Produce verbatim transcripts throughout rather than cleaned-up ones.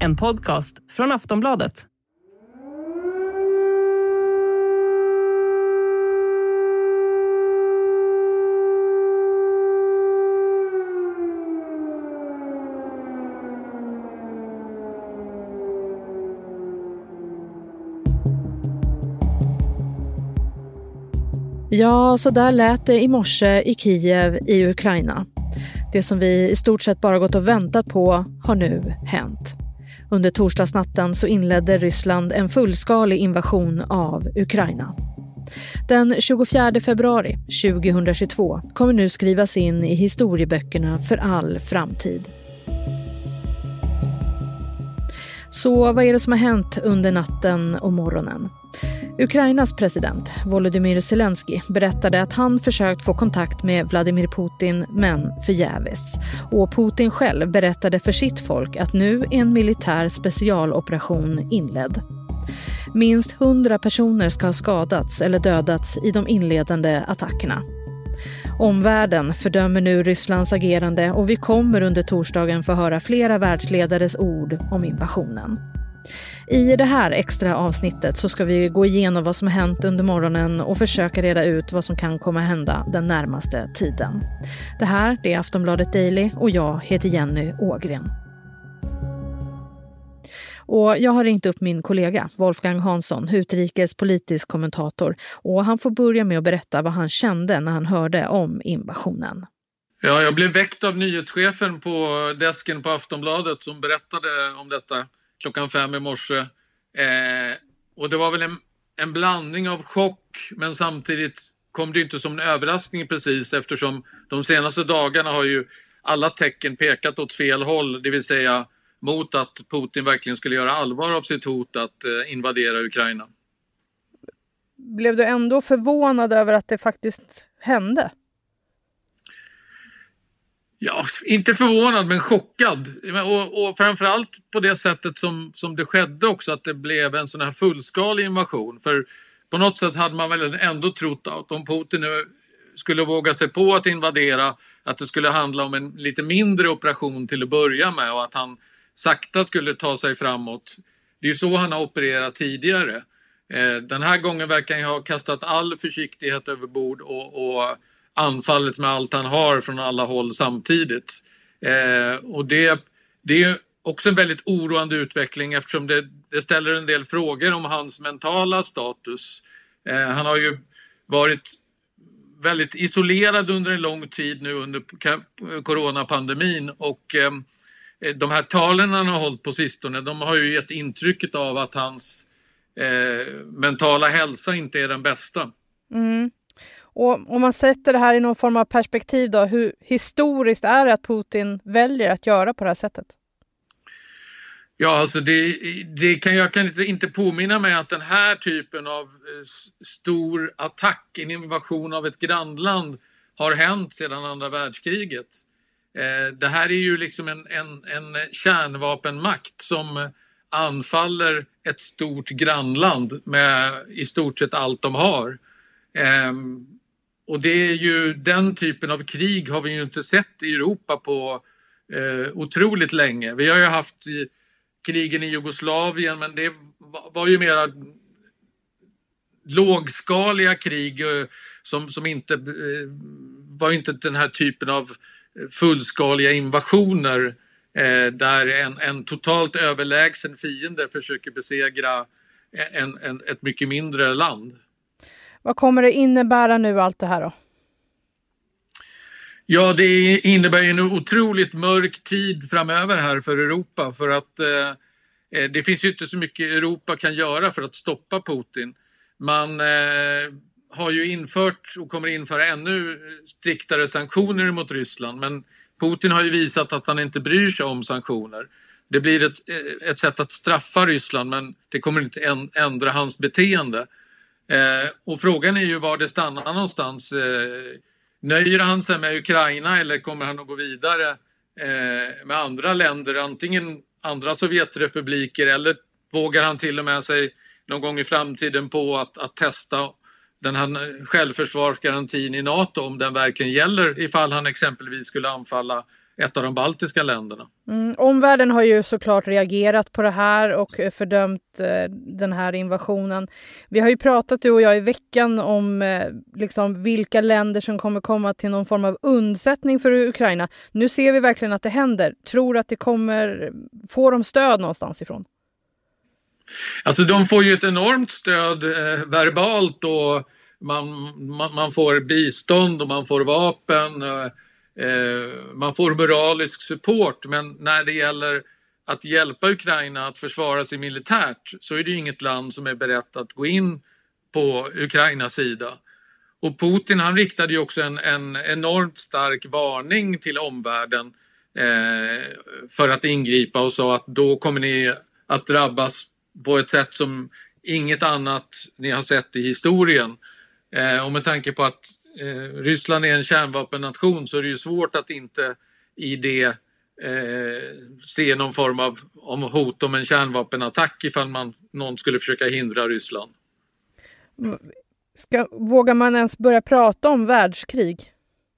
En podcast från Aftonbladet. Ja, så där lät det i morse i Kiev i Ukraina. Det som vi i stort sett bara gått och väntat på har nu hänt. Under torsdagsnatten så inledde Ryssland en fullskalig invasion av Ukraina. Den tjugofjärde februari tjugohundratjugotvå kommer nu skrivas in i historieböckerna för all framtid. Så vad är det som har hänt under natten och morgonen? Ukrainas president Volodymyr Zelensky berättade att han försökt få kontakt med Vladimir Putin men förgäves. Och Putin själv berättade för sitt folk att nu är en militär specialoperation inledd. Minst hundra personer ska ha skadats eller dödats i de inledande attackerna. Omvärlden fördömer nu Rysslands agerande och vi kommer under torsdagen få höra flera världsledares ord om invasionen. I det här extra avsnittet så ska vi gå igenom vad som har hänt under morgonen och försöka reda ut vad som kan komma hända den närmaste tiden. Det här det är Aftonbladet Daily och jag heter Jenny Ågren. Och jag har ringt upp min kollega Wolfgang Hansson, utrikespolitisk kommentator, och han får börja med att berätta vad han kände när han hörde om invasionen. Ja, jag blev väckt av nyhetschefen på desken på Aftonbladet som berättade om detta klockan fem i morse. Eh, och det var väl en, en blandning av chock, men samtidigt kom det inte som en överraskning precis, eftersom de senaste dagarna har ju alla tecken pekat åt fel håll, det vill säga mot att Putin verkligen skulle göra allvar av sitt hot att eh, invadera Ukraina. Blev du ändå förvånad över att det faktiskt hände? Ja, inte förvånad men chockad. Och, och framförallt på det sättet som, som det skedde också, att det blev en sån här fullskalig invasion. För på något sätt hade man väl ändå trott att om Putin nu skulle våga sig på att invadera, att det skulle handla om en lite mindre operation till att börja med och att han sakta skulle ta sig framåt. Det är ju så han har opererat tidigare. Den här gången verkar han ha kastat all försiktighet över bord och, och anfallet med allt han har från alla håll samtidigt. Eh, och det, det är också en väldigt oroande utveckling, eftersom det, det ställer en del frågor om hans mentala status. Eh, han har ju varit väldigt isolerad under en lång tid nu under coronapandemin, och eh, de här talen han har hållit på sistone, de har ju gett intrycket av att hans eh, mentala hälsa inte är den bästa. Mm. Och om man sätter det här i någon form av perspektiv då, hur historiskt är det att Putin väljer att göra på det här sättet? Ja, alltså det, det kan jag kan inte påminna mig att den här typen av stor attack, en invasion av ett grannland, har hänt sedan andra världskriget. Det här är ju liksom en, en, en kärnvapenmakt som anfaller ett stort grannland med i stort sett allt de har. Och det är ju den typen av krig har vi ju inte sett i Europa på eh, otroligt länge. Vi har ju haft i, krigen i Jugoslavien, men det var, var ju mera lågskaliga krig eh, som, som inte eh, var inte den här typen av fullskaliga invasioner eh, där en, en totalt överlägsen fiende försöker besegra en, en, ett mycket mindre land. Vad kommer det innebära nu allt det här då? Ja, det innebär ju en otroligt mörk tid framöver här för Europa, för att eh, det finns ju inte så mycket Europa kan göra för att stoppa Putin. Man eh, har ju infört och kommer införa ännu striktare sanktioner mot Ryssland, men Putin har ju visat att han inte bryr sig om sanktioner. Det blir ett, ett sätt att straffa Ryssland, men det kommer inte ändra hans beteende. Eh, och frågan är ju var det stannar någonstans. Eh, nöjer han sig med Ukraina eller kommer han att gå vidare eh, med andra länder, antingen andra Sovjetrepubliker, eller vågar han till och med sig någon gång i framtiden på att, att testa den här självförsvarsgarantin i NATO, om den verkligen gäller ifall han exempelvis skulle anfalla ett av de baltiska länderna. Mm, omvärlden har ju såklart reagerat på det här och fördömt eh, den här invasionen. Vi har ju pratat, du och jag, i veckan om eh, liksom vilka länder som kommer komma till någon form av undsättning för Ukraina. Nu ser vi verkligen att det händer. Tror att det kommer, får de stöd någonstans ifrån? Alltså de får ju ett enormt stöd eh, verbalt, och man, man, man får bistånd och man får vapen. Eh, Eh, man får moralisk support, men när det gäller att hjälpa Ukraina att försvara sig militärt så är det ju inget land som är berett att gå in på Ukrainas sida. Och Putin, han riktade ju också en, en enormt stark varning till omvärlden eh, för att ingripa, och sa att då kommer ni att drabbas på ett sätt som inget annat ni har sett i historien. Eh, och med tanke på att Eh, Ryssland är en kärnvapennation så är det ju svårt att inte i det eh, se någon form av om hot om en kärnvapenattack ifall man, någon skulle försöka hindra Ryssland. Ska, vågar man ens börja prata om världskrig?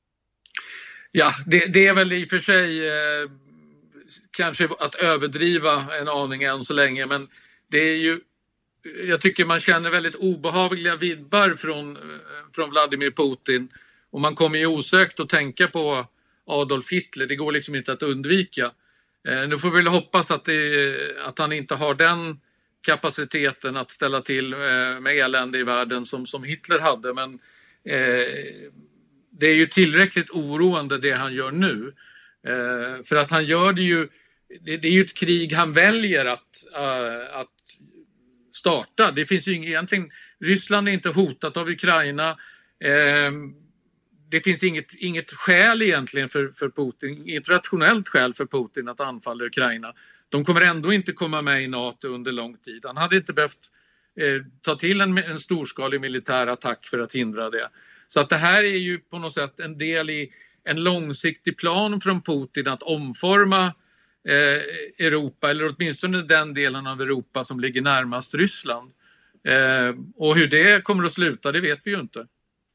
Ja, det, det är väl i och för sig eh, kanske att överdriva en aning än så länge, men det är ju, jag tycker man känner väldigt obehagliga vibbar från, från Vladimir Putin, och man kommer ju osökt att tänka på Adolf Hitler. Det går liksom inte att undvika. Eh, nu får vi väl hoppas att, det, att han inte har den kapaciteten att ställa till eh, med elände i världen som, som Hitler hade, men eh, det är ju tillräckligt oroande det han gör nu. Eh, för att han gör det ju, det, det är ju ett krig han väljer att, uh, att starta. Det finns ju egentligen, Ryssland är inte hotat av Ukraina. Eh, det finns inget, inget skäl egentligen för, för Putin, inget rationellt skäl för Putin att anfalla Ukraina. De kommer ändå inte komma med i NATO under lång tid. Han hade inte behövt eh, ta till en, en storskalig militär attack för att hindra det. Så att det här är ju på något sätt en del i en långsiktig plan från Putin att omforma Eh, Europa, eller åtminstone den delen av Europa som ligger närmast Ryssland. Eh, och hur det kommer att sluta, det vet vi ju inte.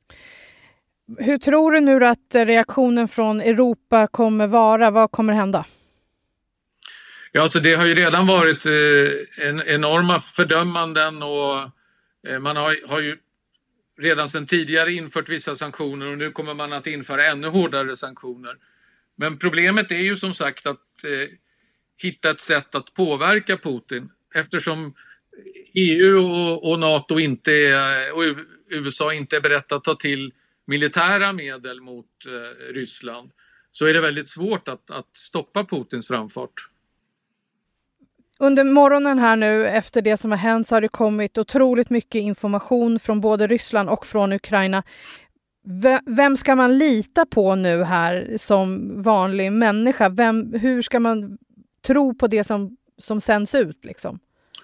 Hur tror du nu att reaktionen från Europa kommer vara? Vad kommer hända? Ja, alltså det har ju redan varit eh, en, enorma fördömanden, och eh, man har, har ju redan sedan tidigare infört vissa sanktioner, och nu kommer man att införa ännu hårdare sanktioner. Men problemet är ju som sagt att eh, hitta ett sätt att påverka Putin, eftersom E U och, och NATO inte är, och U S A inte är beredda att ta till militära medel mot eh, Ryssland, så är det väldigt svårt att, att stoppa Putins framfart. Under morgonen här nu, efter det som har hänt, så har det kommit otroligt mycket information från både Ryssland och från Ukraina. Vem ska man lita på nu här som vanlig människa? Vem, hur ska man tro på det som, som sänds ut liksom?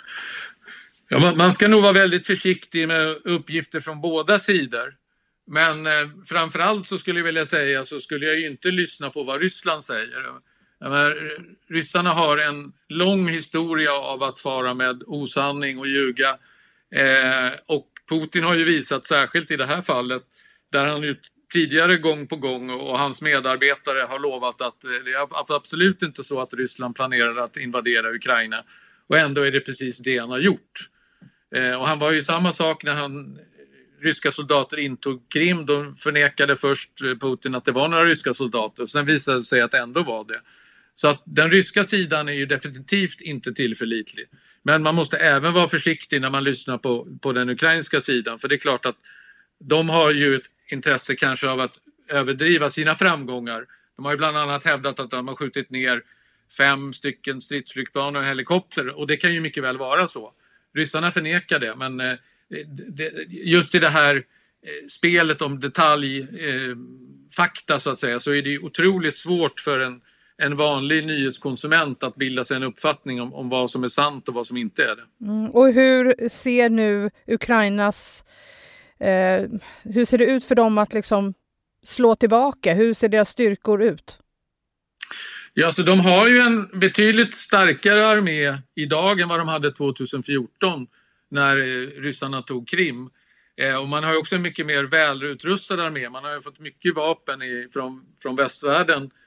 Ja, man, man ska nog vara väldigt försiktig med uppgifter från båda sidor. Men eh, framförallt så skulle jag vilja säga så skulle jag ju inte lyssna på vad Ryssland säger. Men, ryssarna har en lång historia av att fara med osanning och ljuga. Eh, och Putin har ju visat, särskilt i det här fallet, där han ju tidigare gång på gång och hans medarbetare har lovat att det är absolut inte så att Ryssland planerar att invadera Ukraina. Och ändå är det precis det han har gjort. Eh, och han var ju samma sak när han, ryska soldater intog Krim. Då förnekade först Putin att det var några ryska soldater. Och sen visade det sig att det ändå var det. Så att den ryska sidan är ju definitivt inte tillförlitlig. Men man måste även vara försiktig när man lyssnar på, på den ukrainska sidan. För det är klart att de har ju ett intresse kanske av att överdriva sina framgångar. De har ju bland annat hävdat att de har skjutit ner fem stycken stridsflygplan och en helikopter. Och det kan ju mycket väl vara så. Ryssarna förnekar det, men eh, det, just i det här eh, spelet om detaljfakta eh, så att säga, så är det ju otroligt svårt för en, en vanlig nyhetskonsument att bilda sig en uppfattning om, om vad som är sant och vad som inte är det. Mm, och hur ser nu Ukrainas eh, hur ser det ut för dem att liksom slå tillbaka? Hur ser deras styrkor ut? Ja, så de har ju en betydligt starkare armé idag än vad de hade tjugohundrafjorton när ryssarna tog Krim. Eh, och man har ju också en mycket mer välutrustad armé. Man har ju fått mycket vapen i, från, från västvärlden.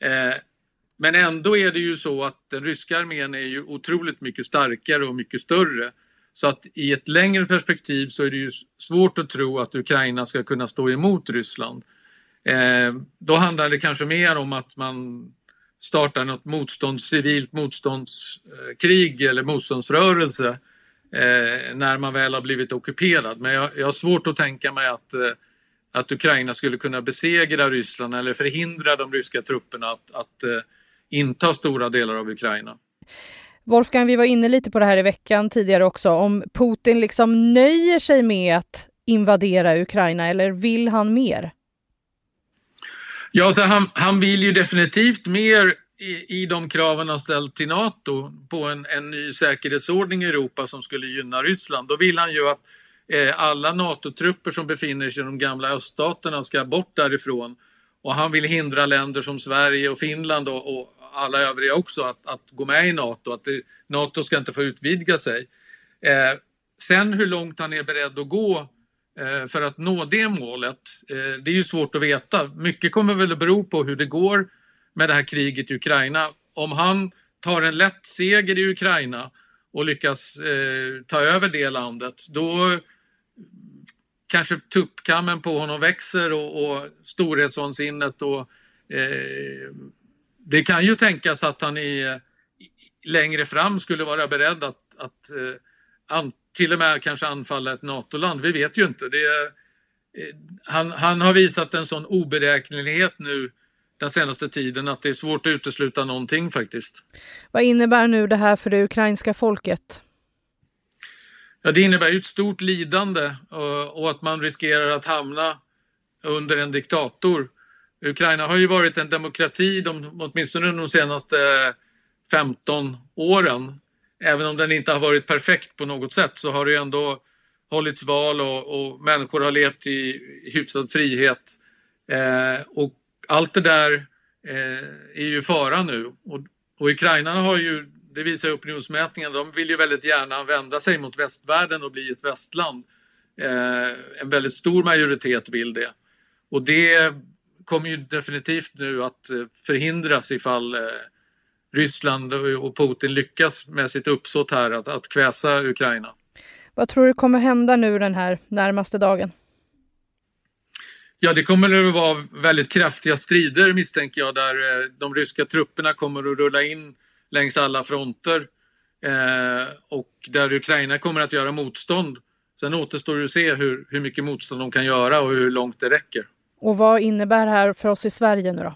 Eh, men ändå är det ju så att den ryska armén är ju otroligt mycket starkare och mycket större. Så att i ett längre perspektiv så är det ju svårt att tro att Ukraina ska kunna stå emot Ryssland. Eh, då handlar det kanske mer om att man startar något motstånds, civilt motståndskrig eller motståndsrörelse eh, när man väl har blivit ockuperad. Men jag, jag har svårt att tänka mig att, eh, att Ukraina skulle kunna besegra Ryssland eller förhindra de ryska trupperna att, att eh, inta stora delar av Ukraina. Wolfgang, vi var inne lite på det här i veckan tidigare också. Om Putin liksom nöjer sig med att invadera Ukraina eller vill han mer? Ja, så han, han vill ju definitivt mer i, i de kraven han ställt till NATO på en, en ny säkerhetsordning i Europa som skulle gynna Ryssland. Då vill han ju att eh, alla NATO-trupper som befinner sig i de gamla öststaterna ska bort därifrån. Och han vill hindra länder som Sverige och Finland och, och alla övriga också att, att gå med i NATO. Att det, NATO ska inte få utvidga sig. Eh, sen hur långt han är beredd att gå för att nå det målet, det är ju svårt att veta. Mycket kommer väl att bero på hur det går med det här kriget i Ukraina. Om han tar en lätt seger i Ukraina och lyckas eh, ta över det landet, då kanske tuppkammen på honom växer och, och storhetsvansinnet. Och, eh, det kan ju tänkas att han i, längre fram skulle vara beredd att, att eh, an, till och med kanske anfalla ett NATO-land. Vi vet ju inte. Det är, han, han har visat en sån oberäknelighet nu den senaste tiden att det är svårt att utesluta någonting faktiskt. Vad innebär nu det här för det ukrainska folket? Ja, det innebär ju ett stort lidande och, och att man riskerar att hamna under en diktator. Ukraina har ju varit en demokrati de, åtminstone de senaste femton åren. Även om den inte har varit perfekt på något sätt så har det ju ändå hållits val och, och människor har levt i hyfsad frihet. Eh, och allt det där eh, är ju fara nu. Och, och ukrainarna har ju, det visar opinionsmätningen, de vill ju väldigt gärna vända sig mot västvärlden och bli ett västland. Eh, en väldigt stor majoritet vill det. Och det kommer ju definitivt nu att förhindras ifall eh, Ryssland och Putin lyckas med sitt uppsåt här att, att kväsa Ukraina. Vad tror du kommer hända nu den här närmaste dagen? Ja, det kommer att vara väldigt kraftiga strider misstänker jag där de ryska trupperna kommer att rulla in längs alla fronter eh, och där Ukraina kommer att göra motstånd. Sen återstår det att se hur, hur mycket motstånd de kan göra och hur långt det räcker. Och vad innebär det här för oss i Sverige nu då?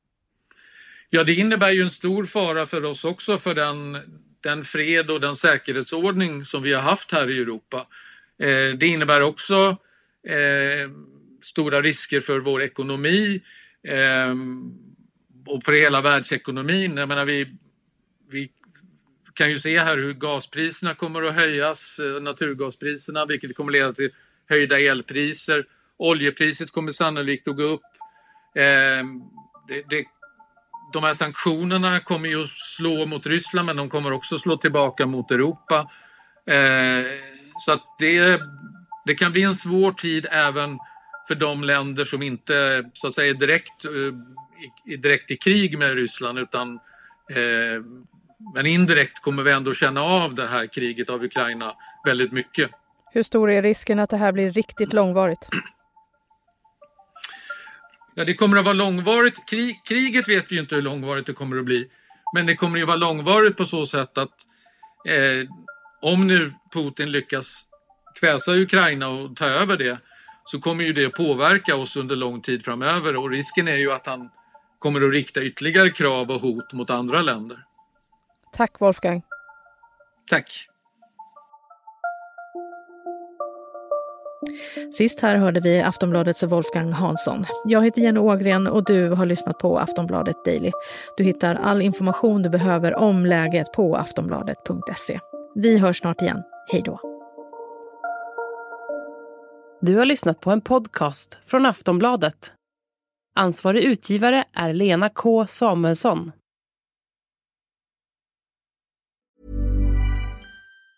Ja, det innebär ju en stor fara för oss också för den, den fred och den säkerhetsordning som vi har haft här i Europa. Eh, det innebär också eh, stora risker för vår ekonomi eh, och för hela världsekonomin. Jag menar, vi, vi kan ju se här hur gaspriserna kommer att höjas, naturgaspriserna, vilket kommer att leda till höjda elpriser. Oljepriset kommer sannolikt att gå upp. Eh, det, det De här sanktionerna kommer ju att slå mot Ryssland men de kommer också slå tillbaka mot Europa. Eh, så att det, det kan bli en svår tid även för de länder som inte så att säga är direkt, eh, direkt i krig med Ryssland utan eh, men indirekt kommer vi ändå känna av det här kriget av Ukraina väldigt mycket. Hur stor är risken att det här blir riktigt långvarigt? Ja, det kommer att vara långvarigt. Krig, kriget vet vi ju inte hur långvarigt det kommer att bli. Men det kommer att vara långvarigt på så sätt att eh, om nu Putin lyckas kväsa Ukraina och ta över det så kommer ju det påverka oss under lång tid framöver. Och risken är ju att han kommer att rikta ytterligare krav och hot mot andra länder. Tack Wolfgang. Tack. Sist här hörde vi Aftonbladets Wolfgang Hansson. Jag heter Jenny Ågren och du har lyssnat på Aftonbladet Daily. Du hittar all information du behöver om läget på aftonbladet punkt se. Vi hörs snart igen. Hej då. Du har lyssnat på en podcast från Aftonbladet. Ansvarig utgivare är Lena K. Samuelsson.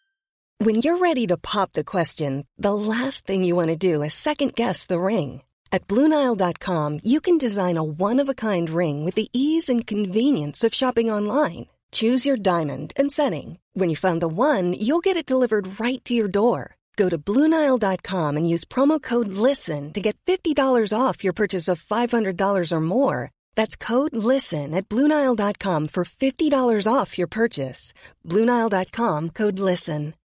When you're ready to pop the question, the last thing you want to do is second guess the ring. At Blue Nile dot com, you can design a one-of-a-kind ring with the ease and convenience of shopping online. Choose your diamond and setting. When you find the one, you'll get it delivered right to your door. Go to Blue Nile dot com and use promo code LISTEN to get fifty dollars off your purchase of five hundred dollars or more. That's code LISTEN at Blue Nile dot com for fifty dollars off your purchase. Blue Nile dot com, code LISTEN.